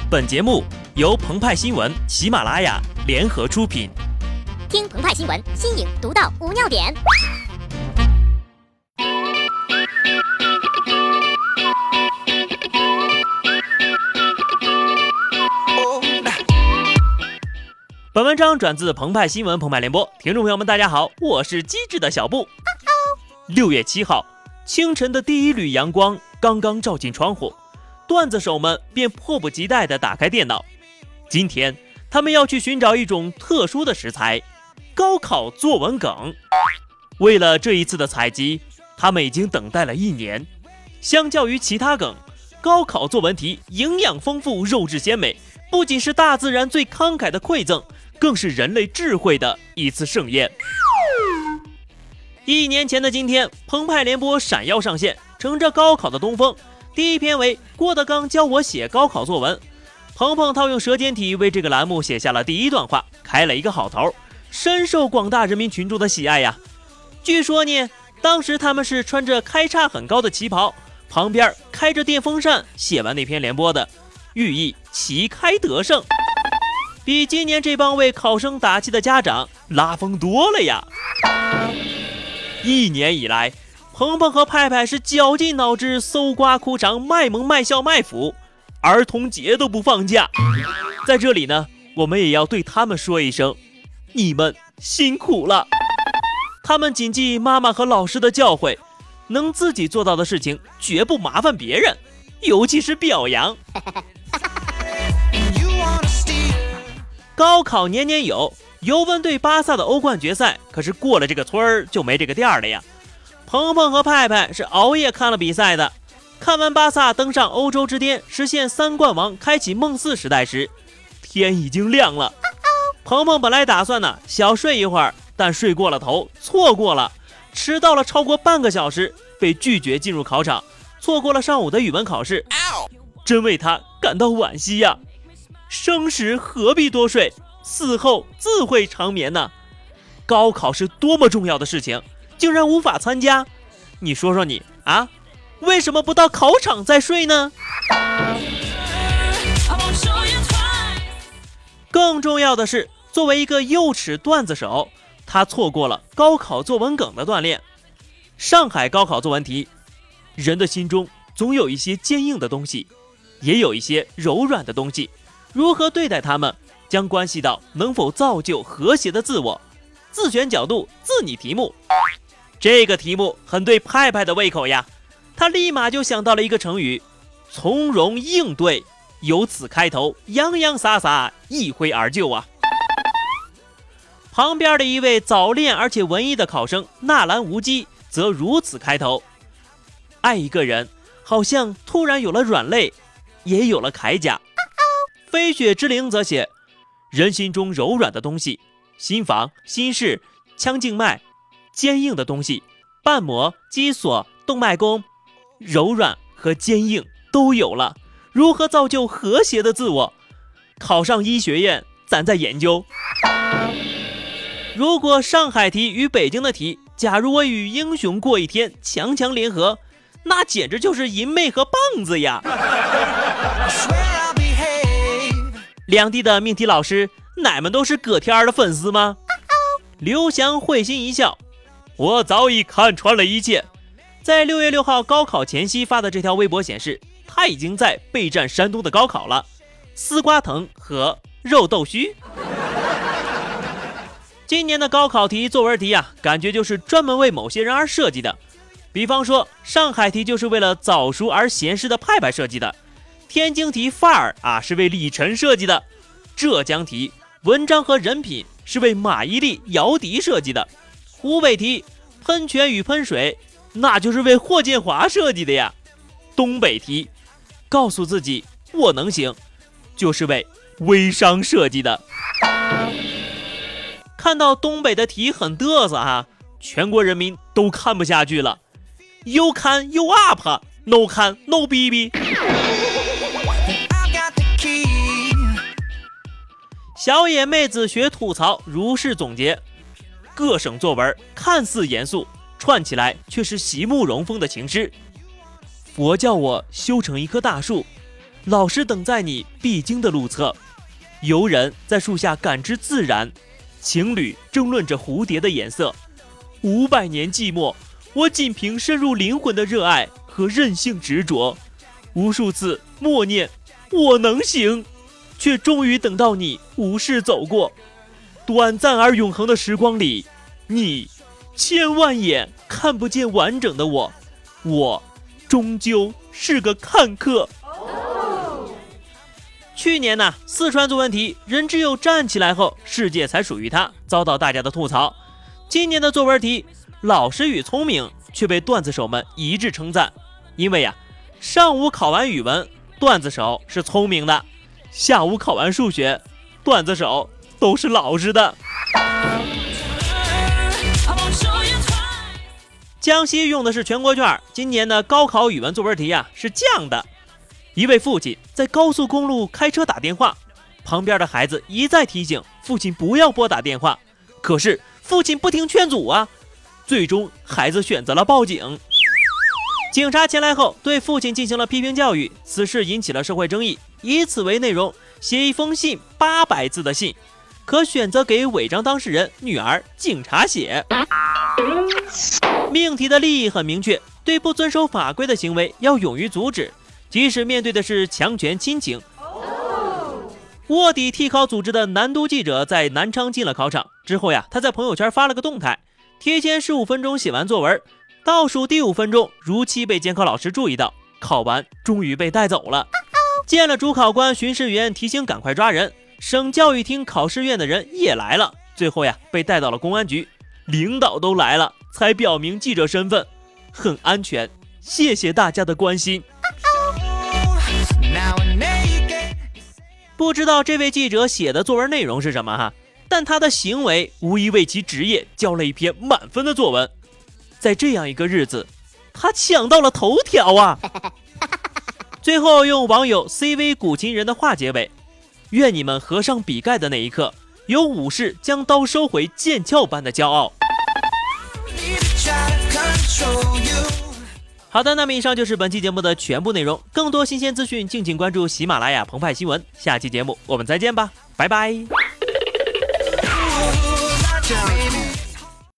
本节目由澎湃新闻、喜马拉雅联合出品。 听澎湃新闻，新颖独到，无尿点。 本文章转自澎湃新闻澎湃联播，听众朋友们大家好，我是机智的小布。6月7号清晨的第一缕阳光刚刚照进窗户，段子手们便迫不及待地打开电脑。今天他们要去寻找一种特殊的食材——高考作文梗。为了这一次的采集，他们已经等待了1年。相较于其他梗，高考作文题营养丰富，肉质鲜美，不仅是大自然最慷慨的馈赠，更是人类智慧的一次盛宴。1年前的今天，澎湃联播闪耀上线，乘着高考的东风，第一篇为郭德纲教我写高考作文。鹏鹏套用舌尖体为这个栏目写下了第一段话，开了一个好头，深受广大人民群众的喜爱呀。据说呢，当时他们是穿着开叉很高的旗袍，旁边开着电风扇写完那篇联播的，寓意旗开得胜，比今年这帮为考生打气的家长拉风多了呀。1年以来，鹏鹏和派派是绞尽脑汁搜刮裤衩，卖萌卖笑卖腐，儿童节都不放假。在这里呢，我们也要对他们说一声，你们辛苦了。他们谨记妈妈和老师的教诲，能自己做到的事情绝不麻烦别人，尤其是表扬。高考年年有，尤文对巴萨的欧冠决赛可是过了这个村儿就没这个店了呀。鹏鹏和派派是熬夜看了比赛的，看完巴萨登上欧洲之巅，实现3冠王，开启梦4时代时，天已经亮了。鹏鹏本来打算呢小睡一会儿，但睡过了头，错过了，迟到了超过半个小时，被拒绝进入考场，错过了上午的语文考试，真为他感到惋惜呀。生时何必多睡，死后自会长眠呢。高考是多么重要的事情，竟然无法参加。你说说你啊，为什么不到考场再睡呢？更重要的是，作为一个幼齿段子手，他错过了高考作文梗的锻炼。上海高考作文题，人的心中总有一些坚硬的东西，也有一些柔软的东西，如何对待它们，将关系到能否造就和谐的自我。自选角度，自拟题目。这个题目很对派派的胃口呀，他立马就想到了一个成语，从容应对，由此开头，洋洋洒洒，一挥而就啊。旁边的一位早恋而且文艺的考生纳兰无羁则如此开头，爱一个人好像突然有了软肋，也有了铠甲。飞雪之灵则写，人心中柔软的东西，心房、心室、腔静脉，坚硬的东西，瓣膜、肌锁、动脉弓，柔软和坚硬都有了，如何造就和谐的自我？考上医学院，咱再研究。如果上海题与北京的题，假如我与英雄过一天，强强联合，那简直就是银妹和棒子呀。两地的命题老师，乃们都是葛天儿的粉丝吗？刘翔会心一笑，我早已看穿了一切。在6月6号高考前夕发的这条微博显示，他已经在备战山东的高考了，丝瓜藤和肉豆须。今年的高考题作文题啊，感觉就是专门为某些人而设计的。比方说，上海题就是为了早熟而闲适的派派设计的，天津题范儿啊是为李晨设计的，浙江题文章和人品是为马伊琍、姚笛设计的，湖北题喷泉与喷水那就是为霍建华设计的呀，东北题告诉自己我能行就是为微商设计的。看到东北的题很嘚瑟哈，全国人民都看不下去了，又看又 up， no 看 no 逼逼。小野妹子学吐槽如是总结，各省作文看似严肃，串起来却是席慕容风的情诗。佛叫我修成一棵大树， 老师等在你必经的路侧，游人在树下感知自然，情侣争论着蝴蝶的颜色。500年寂寞，我仅凭深入灵魂的热爱和任性执着，无数次默念我能行，却终于等到你无视走过。短暂而永恒的时光里，你千万眼看不见完整的我，我终究是个看客。去年呢，四川作文题人只有站起来后，世界才属于他，遭到大家的吐槽。今年的作文题老实与聪明却被段子手们一致称赞，因为上午考完语文，段子手是聪明的；下午考完数学，段子手都是老实的。江西用的是全国卷，今年的高考语文作文题是这样的：一位父亲在高速公路开车打电话，旁边的孩子一再提醒父亲不要拨打电话，可是父亲不听劝阻最终孩子选择了报警。警察前来后对父亲进行了批评教育，此事引起了社会争议，以此为内容写一封信800字的信，可选择给违章当事人女儿警察写。命题的利益很明确，对不遵守法规的行为要勇于阻止，即使面对的是强权亲情。卧底替考组织的南都记者在南昌进了考场之后他在朋友圈发了个动态，提前15分钟写完作文，倒数第5分钟如期被监考老师注意到，考完终于被带走了。见了主考官、巡视员提醒赶快抓人，省教育厅考试院的人也来了，最后被带到了公安局，领导都来了才表明记者身份，很安全，谢谢大家的关心。不知道这位记者写的作文内容是什么但他的行为无疑为其职业交了一篇满分的作文。在这样一个日子，他抢到了头条最后用网友 CV 古琴人的话结尾：愿你们合上笔盖的那一刻，有武士将刀收回剑鞘般的骄傲。好的，那么以上就是本期节目的全部内容，更多新鲜资讯敬请关注喜马拉雅澎湃新闻，下期节目我们再见吧，拜拜。